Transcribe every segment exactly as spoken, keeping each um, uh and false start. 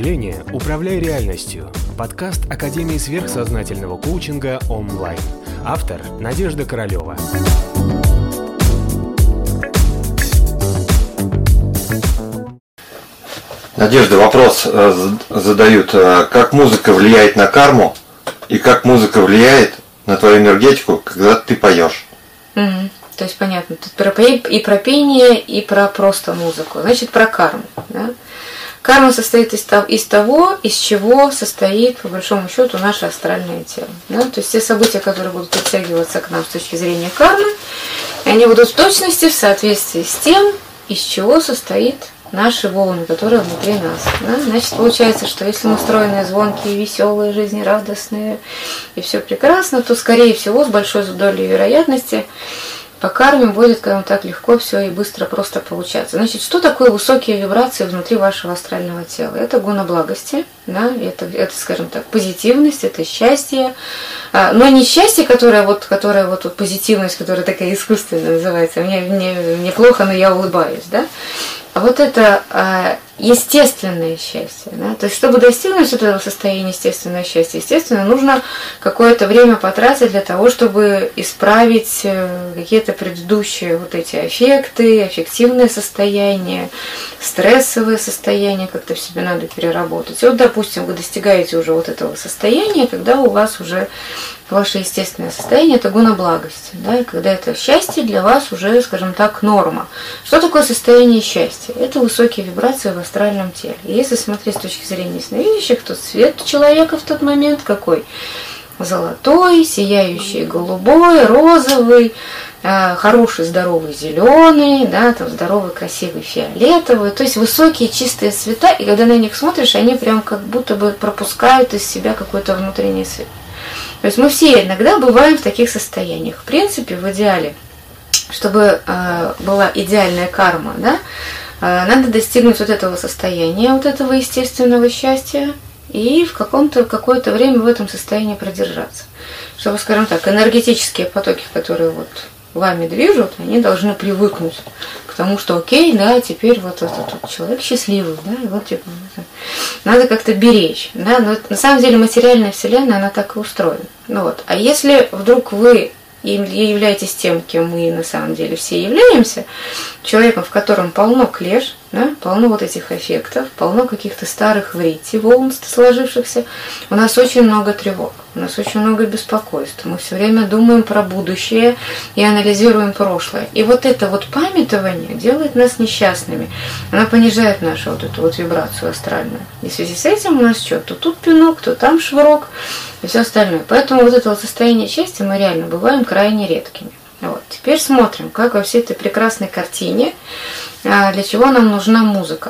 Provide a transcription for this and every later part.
мышления управляй реальностью. Подкаст Академии сверхсознательного коучинга онлайн. Автор Надежда Королева. Надежда, вопрос задают. Как музыка влияет на карму и как музыка влияет на твою энергетику, когда ты поешь? Угу. То есть понятно, тут про, и про пение, и про просто музыку. Значит, про карму. Да? Карма состоит из того, из того, из чего состоит, по большому счету, наше астральное тело. Да? То есть те события, которые будут притягиваться к нам с точки зрения кармы, они будут в точности в соответствии с тем, из чего состоит наши волны, которые внутри нас. Да? Значит, получается, что если мы устроены звонкие, веселые, жизнерадостные, и все прекрасно, то, скорее всего, с большой долей вероятности, по карме будет, скажем так, легко все и быстро просто получаться. Значит, что такое высокие вибрации внутри вашего астрального тела? Это гуна благости, да? это, это, скажем так, позитивность, это счастье. Но не счастье, которое вот, которое вот, вот позитивность, которая такая искусственная называется. Мне, мне, мне плохо, но я улыбаюсь, да? А вот это а, естественное счастье. Да? То есть, чтобы достигнуть этого состояния естественного счастья, естественно, нужно какое-то время потратить для того, чтобы исправить какие-то предыдущие вот эти аффекты, аффективное состояние, стрессовое состояние, как-то в себе надо переработать. И вот, допустим, вы достигаете уже вот этого состояния, когда у вас уже ваше естественное состояние – это гуна благости. Да? И когда это счастье для вас уже, скажем так, норма. Что такое состояние счастья? Это высокие вибрации в астральном теле. И если смотреть с точки зрения ясновидящих, то цвет человека в тот момент какой? Золотой, сияющий голубой, розовый, хороший, здоровый зеленый, да, там здоровый, красивый фиолетовый. То есть высокие чистые цвета, и когда на них смотришь, они прям как будто бы пропускают из себя какой-то внутренний свет. То есть мы все иногда бываем в таких состояниях. В принципе, в идеале, чтобы э, была идеальная карма, да, э, надо достигнуть вот этого состояния, вот этого естественного счастья, и в каком-то какое-то время в этом состоянии продержаться. Чтобы, скажем так, энергетические потоки, которые вот вами движут, они должны привыкнуть к тому, что окей, да, теперь вот этот вот человек счастливый, да, и вот типа надо как-то беречь, да, но на самом деле материальная вселенная, она так и устроена. Ну вот, а если вдруг вы являетесь тем, кем мы на самом деле все являемся, человеком, в котором полно клеш, да, полно вот этих эффектов, полно каких-то старых вритий, волн сложившихся, у нас очень много тревог, у нас очень много беспокойств, мы все время думаем про будущее и анализируем прошлое. И вот это вот памятование делает нас несчастными, оно понижает нашу вот эту вот вибрацию астральную. И в связи с этим у нас что, то тут пинок, то там швырок и все остальное. Поэтому вот это вот состояние счастья мы реально бываем крайне редкими. Вот. Теперь смотрим, как во всей этой прекрасной картине, для чего нам нужна музыка.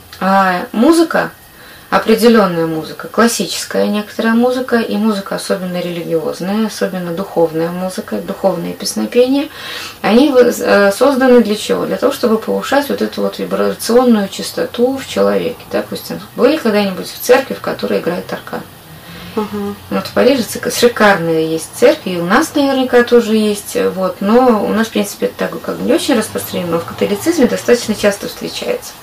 А музыка, определенная музыка, классическая некоторая музыка и музыка особенно религиозная, особенно духовная музыка, духовные песнопения, они созданы для чего? Для того, чтобы повышать вот эту вот вибрационную частоту в человеке. Допустим, были когда-нибудь в церкви, в которой играет аркан? Uh-huh. Вот в Париже шикарные есть церкви, и у нас наверняка тоже есть, вот, но у нас, в принципе, это так как бы не очень распространено, но в католицизме достаточно часто встречается.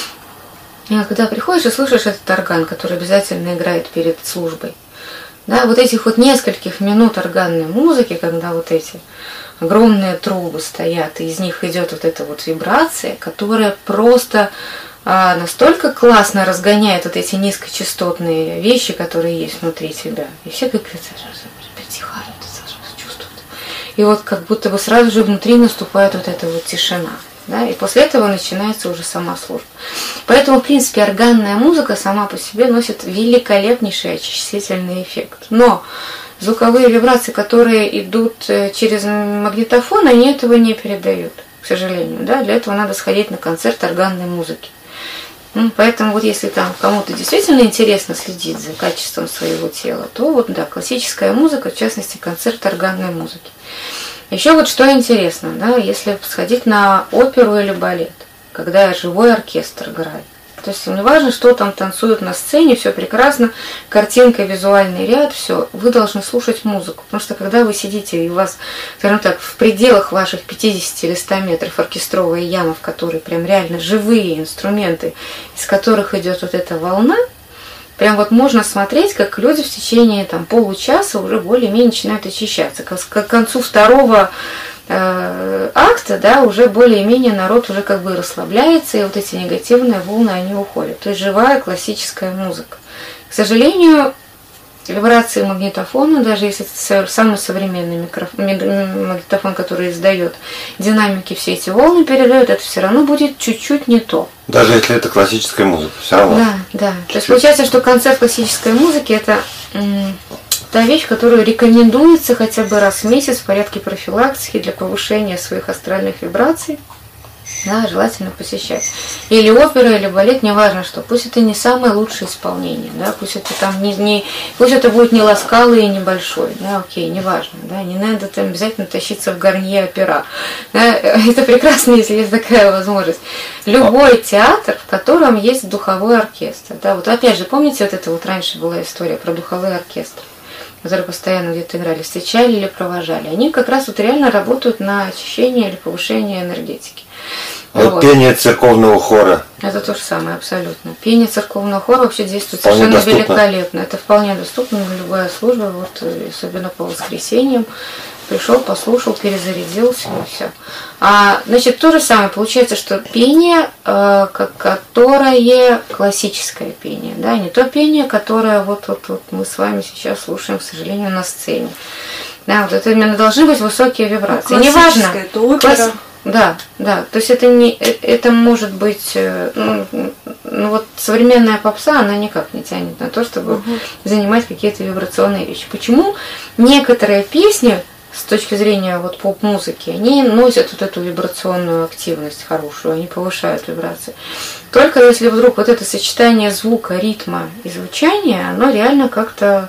И вот когда приходишь и слышишь этот орган, который обязательно играет перед службой, да, вот этих вот нескольких минут органной музыки, когда вот эти огромные трубы стоят, и из них идет вот эта вот вибрация, которая просто а настолько классно разгоняет вот эти низкочастотные вещи, которые есть внутри тебя. И все как притихают, чувствуют. И вот как будто бы сразу же внутри наступает вот эта вот тишина. Да? И после этого начинается уже сама служба. Поэтому, в принципе, органная музыка сама по себе носит великолепнейший очистительный эффект. Но звуковые вибрации, которые идут через магнитофон, они этого не передают, к сожалению. Да? Для этого надо сходить на концерт органной музыки. Поэтому вот если там кому-то действительно интересно следить за качеством своего тела, то вот да, классическая музыка, в частности концерт органной музыки. Еще вот что интересно, да, если сходить на оперу или балет, когда живой оркестр играет. То есть не важно, что там танцуют на сцене, все прекрасно, картинка, визуальный ряд, все, вы должны слушать музыку. Потому что когда вы сидите, и у вас, скажем так, в пределах ваших пятидесяти или ста метров оркестровая яма, в которой прям реально живые инструменты, из которых идет вот эта волна, Прям вот можно смотреть, как люди в течение там, получаса уже более-менее начинают очищаться. К, к концу второго э, акта, да, уже более-менее народ уже как бы расслабляется, и вот эти негативные волны, они уходят. То есть живая классическая музыка. К сожалению, вибрации магнитофона, даже если это самый современный микрофон, магнитофон, который издает динамики, все эти волны передает, это все равно будет чуть-чуть не то. Даже если это классическая музыка, все равно. Да, да. Чуть-чуть. То есть получается, что концерт классической музыки это м, та вещь, которую рекомендуется хотя бы раз в месяц в порядке профилактики для повышения своих астральных вибраций. Да, желательно посещать. Или опера, или балет, неважно что. Пусть это не самое лучшее исполнение, да, пусть это там не, не пусть это будет не ласкалый и небольшой, да, окей, неважно, да, не надо там обязательно тащиться в гарнье опера. Да, это прекрасно, если есть такая возможность. Любой театр, в котором есть духовой оркестр, да, вот опять же, помните, вот это вот раньше была история про духовой оркестр, которые постоянно где-то играли, встречали или провожали, они как раз вот реально работают на очищение или повышение энергетики. Вот, вот пение церковного хора. Это то же самое, абсолютно. Пение церковного хора вообще действует вполне совершенно доступно. Великолепно. Это вполне доступно, любая служба, вот, особенно по воскресеньям. Пришел, послушал, перезарядился и все. А, значит, то же самое. Получается, что пение, э, которое классическое пение, да, не то пение, которое вот, вот, вот мы с вами сейчас слушаем, к сожалению, на сцене. Да, вот это именно должны быть высокие вибрации. Ну, неважно. Это опера. Класс... Да, да, то есть это не, это может быть, ну, ну вот современная попса, она никак не тянет на то, чтобы угу. занимать какие-то вибрационные вещи. Почему некоторые песни с точки зрения вот поп-музыки, они носят вот эту вибрационную активность хорошую, они повышают вибрации. Только если вдруг вот это сочетание звука, ритма и звучания, оно реально как-то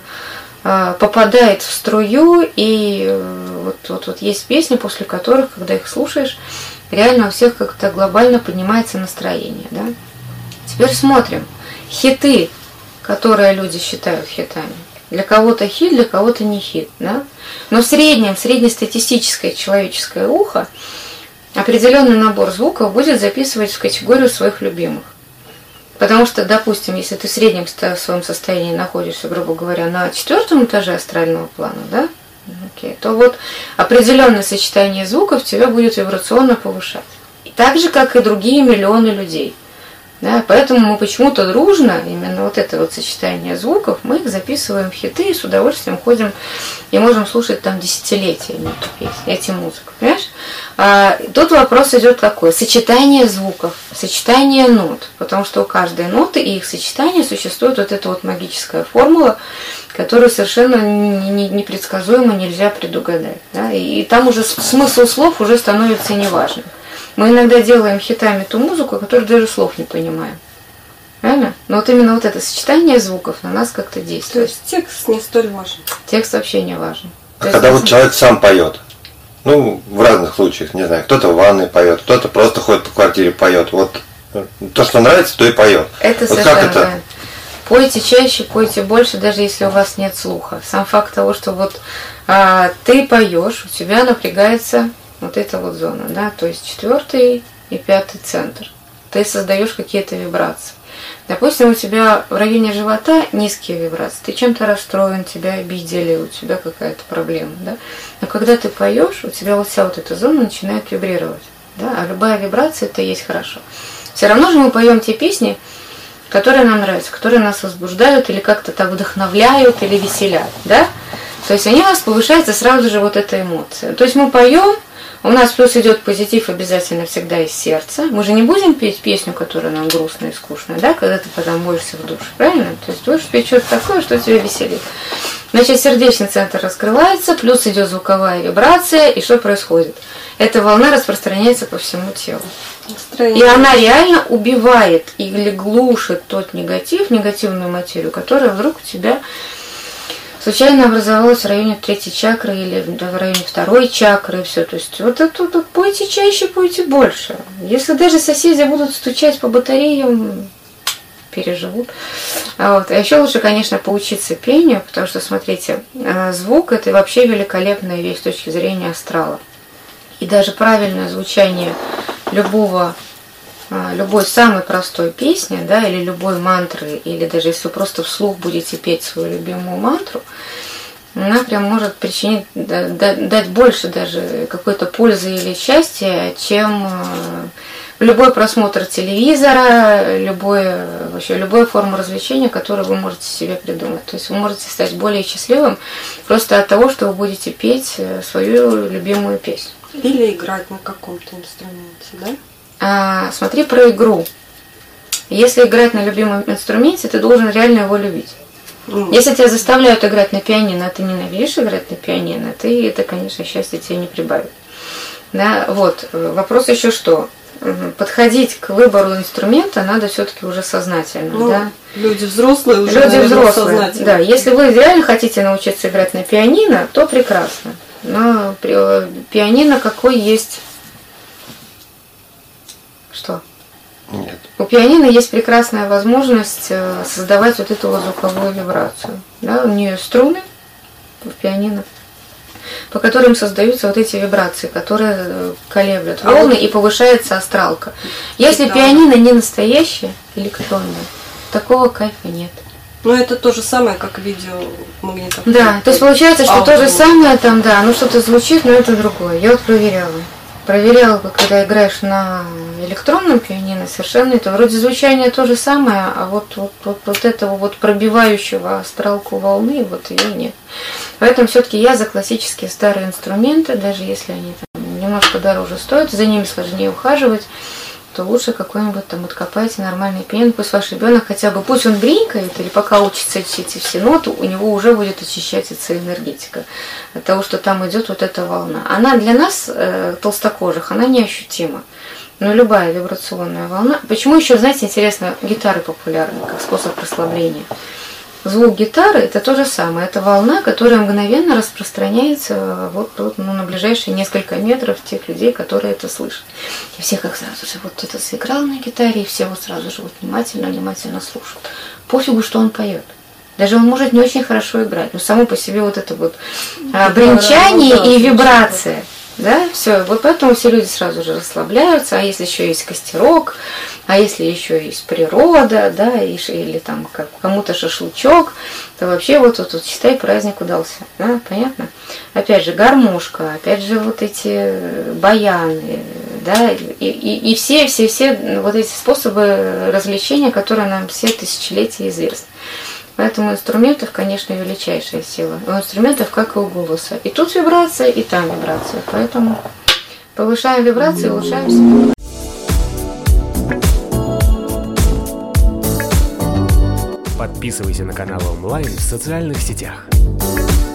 попадает в струю, и вот, вот, вот есть песни, после которых, когда их слушаешь, реально у всех как-то глобально поднимается настроение. Да? Теперь смотрим. Хиты, которые люди считают хитами. Для кого-то хит, для кого-то не хит. Да? Но в среднем, среднестатистическое человеческое ухо определенный набор звуков будет записывать в категорию своих любимых. Потому что, допустим, если ты в среднем в своем состоянии находишься, грубо говоря, на четвертом этаже астрального плана, да, окей, то вот определенное сочетание звуков тебя будет вибрационно повышать. И так же, как и другие миллионы людей. Да, поэтому мы почему-то дружно, именно вот это вот сочетание звуков, мы их записываем в хиты и с удовольствием ходим и можем слушать там десятилетиями эту песню, эти музыку, понимаешь? А, тут вопрос идет такой: сочетание звуков, сочетание нот, потому что у каждой ноты и их сочетания существует вот эта вот магическая формула, которую совершенно непредсказуемо нельзя предугадать. Да? И, и там уже смысл слов уже становится неважным. Мы иногда делаем хитами ту музыку, которую даже слов не понимаем. Правильно? Но вот именно вот это сочетание звуков на нас как-то действует. То есть текст не столь важен. Текст вообще не важен. А То когда есть, вот человек сам поет, ну, в разных случаях, не знаю, кто-то в ванной поет, кто-то просто ходит по квартире, поет. Вот то, что нравится, то и поет. Это вот совершенно как это? Да. Пойте чаще, пойте больше, даже если у вас нет слуха. Сам факт того, что вот а, ты поешь, у тебя напрягается вот эта вот зона, да, то есть четвертый и пятый центр. Ты создаешь какие-то вибрации. Допустим, у тебя в районе живота низкие вибрации, ты чем-то расстроен, тебя обидели, у тебя какая-то проблема, да. Но когда ты поешь, у тебя вот вся вот эта зона начинает вибрировать, да, а любая вибрация это и есть хорошо. Все равно же мы поем те песни, которые нам нравятся, которые нас возбуждают или как-то так вдохновляют или веселят, да. То есть они у нас повышается сразу же вот эта эмоция. То есть мы поем. У нас плюс идет позитив обязательно всегда из сердца. Мы же не будем петь песню, которая нам грустная и скучная, да, когда ты потом моешься в душе, правильно? То есть будешь петь что-то такое, что тебя веселит. Значит, сердечный центр раскрывается, плюс идет звуковая вибрация, и что происходит? Эта волна распространяется по всему телу. И она реально убивает или глушит тот негатив, негативную материю, которая вдруг у тебя случайно образовалась в районе третьей чакры или в районе второй чакры, и все. То есть вот это вот, пойте чаще, пойте больше. Если даже соседи будут стучать по батареям, переживут. А, вот. а еще лучше, конечно, поучиться пению, потому что, смотрите, звук – это вообще великолепная вещь с точки зрения астрала. И даже правильное звучание любого любой самой простой песни, да, или любой мантры, или даже если вы просто вслух будете петь свою любимую мантру, она прям может причинить, дать больше даже какой-то пользы или счастья, чем любой просмотр телевизора, любое, вообще любая форма развлечения, которую вы можете себе придумать. То есть вы можете стать более счастливым просто от того, что вы будете петь свою любимую песню. Или играть на каком-то инструменте, да? А, смотри про игру. Если играть на любимом инструменте, ты должен реально его любить. Mm. Если тебя заставляют играть на пианино, а ты ненавидишь играть на пианино, ты это, конечно, счастье тебе не прибавит. Да, вот. Вопрос еще что? Подходить к выбору инструмента надо все-таки уже сознательно. Ну, да? Люди взрослые уже, люди взрослые, да. Если вы реально хотите научиться играть на пианино, то прекрасно. Но пианино какой есть... Что? Нет. У пианино есть прекрасная возможность создавать вот эту вот звуковую вибрацию. Да? У нее струны в пианино, по которым создаются вот эти вибрации, которые колеблют волны, и повышается астралка. Если пианино не настоящее, электронное, такого кайфа нет. Ну, это то же самое, как видеомагнитофон. Да, то есть получается, что Аудио. То же самое там, да, ну что-то звучит, но это другое. Я вот проверяла. Проверяла, когда играешь на электронном пианино, совершенно это. Вроде звучание то же самое, а вот, вот, вот, вот этого вот пробивающего астралку волны, вот ее нет. Поэтому все-таки я за классические старые инструменты, даже если они там немножко дороже стоят, за ними сложнее ухаживать, то лучше какой-нибудь там откопайте нормальный пианино, пусть ваш ребенок хотя бы, пусть он бринкает, или пока учится эти все ноты, у него уже будет очищаться энергетика от того, что там идет вот эта волна. Она для нас, э, толстокожих, она неощутима. Но любая вибрационная волна. Почему еще, знаете, интересно, гитары популярны как способ расслабления? Звук гитары – это то же самое. Это волна, которая мгновенно распространяется вот, вот, ну, на ближайшие несколько метров тех людей, которые это слышат. И все как сразу же вот это сыграл на гитаре, и все вот сразу же вот внимательно, внимательно слушают. Пофигу, что он поет. Даже он может не очень хорошо играть, но само по себе вот это вот а, бренчание и вибрация. Да, все, вот поэтому все люди сразу же расслабляются, а если еще есть костерок, а если еще есть природа, да, и, или там как, кому-то шашлычок, то вообще вот тут вот, вот, считай, праздник удался, да, понятно? Опять же, гармошка, опять же, вот эти баяны, да, и, и, и все, все, все вот эти способы развлечения, которые нам все тысячелетия известны. Поэтому инструментов, конечно, величайшая сила. У инструментов, как и у голоса. И тут вибрация, и там вибрация. Поэтому повышаем вибрации, улучшаем себя. Подписывайся на канал онлайн в социальных сетях.